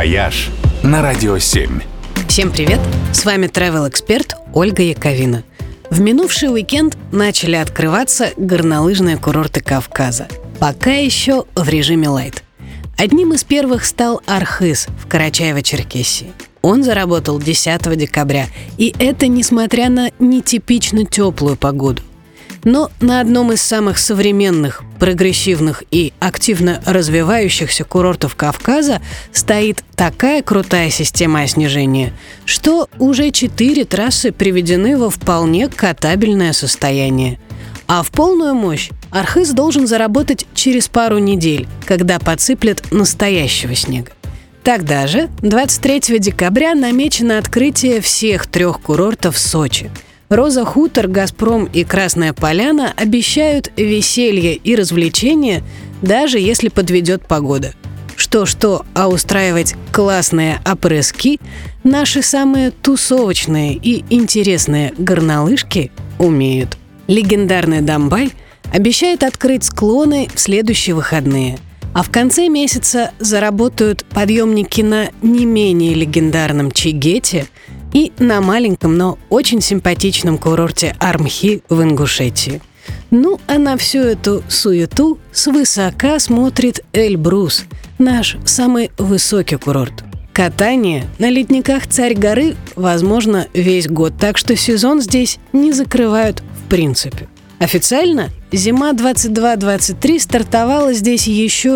«Вояж» на Радио 7. Всем привет! С вами travel-эксперт Ольга Яковина. В минувший уикенд начали открываться горнолыжные курорты Кавказа. Пока еще в режиме лайт. Одним из первых стал Архыз в Карачаево-Черкесии. Он заработал 10 декабря, и это несмотря на нетипично теплую погоду. Но на одном из самых современных, прогрессивных и активно развивающихся курортов Кавказа стоит такая крутая система снижения, что уже 4 трассы приведены во вполне катабельное состояние. А в полную мощь Архыз должен заработать через пару недель, когда подсыплет настоящего снега. Тогда же, 23 декабря, намечено открытие всех 3 курортов в Сочи. «Роза Хутор», «Газпром» и «Красная Поляна» обещают веселье и развлечения, даже если подведет погода. Что-что, а устраивать классные апрес-ски наши самые тусовочные и интересные горнолыжки умеют. Легендарный Домбай обещает открыть склоны в следующие выходные. А в конце месяца заработают подъемники на не менее легендарном Чегете и на маленьком, но очень симпатичном курорте Армхи в Ингушетии. Ну, а на всю эту суету свысока смотрит Эльбрус, наш самый высокий курорт. Катание на ледниках Царь горы возможно весь год, так что сезон здесь не закрывают в принципе. Официально зима 22-23 стартовала здесь еще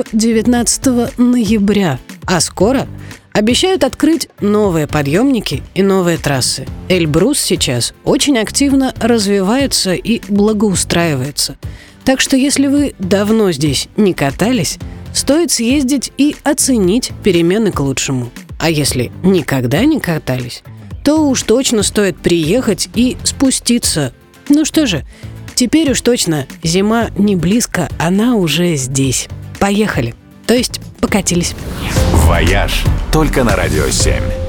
19 ноября, а скоро обещают открыть новые подъемники и новые трассы. Эльбрус сейчас очень активно развивается и благоустраивается. Так что если вы давно здесь не катались, стоит съездить и оценить перемены к лучшему. А если никогда не катались, то уж точно стоит приехать и спуститься. Ну что же, теперь уж точно зима не близко, она уже здесь. Поехали. То есть покатились. «Вояж» только на Радио 7.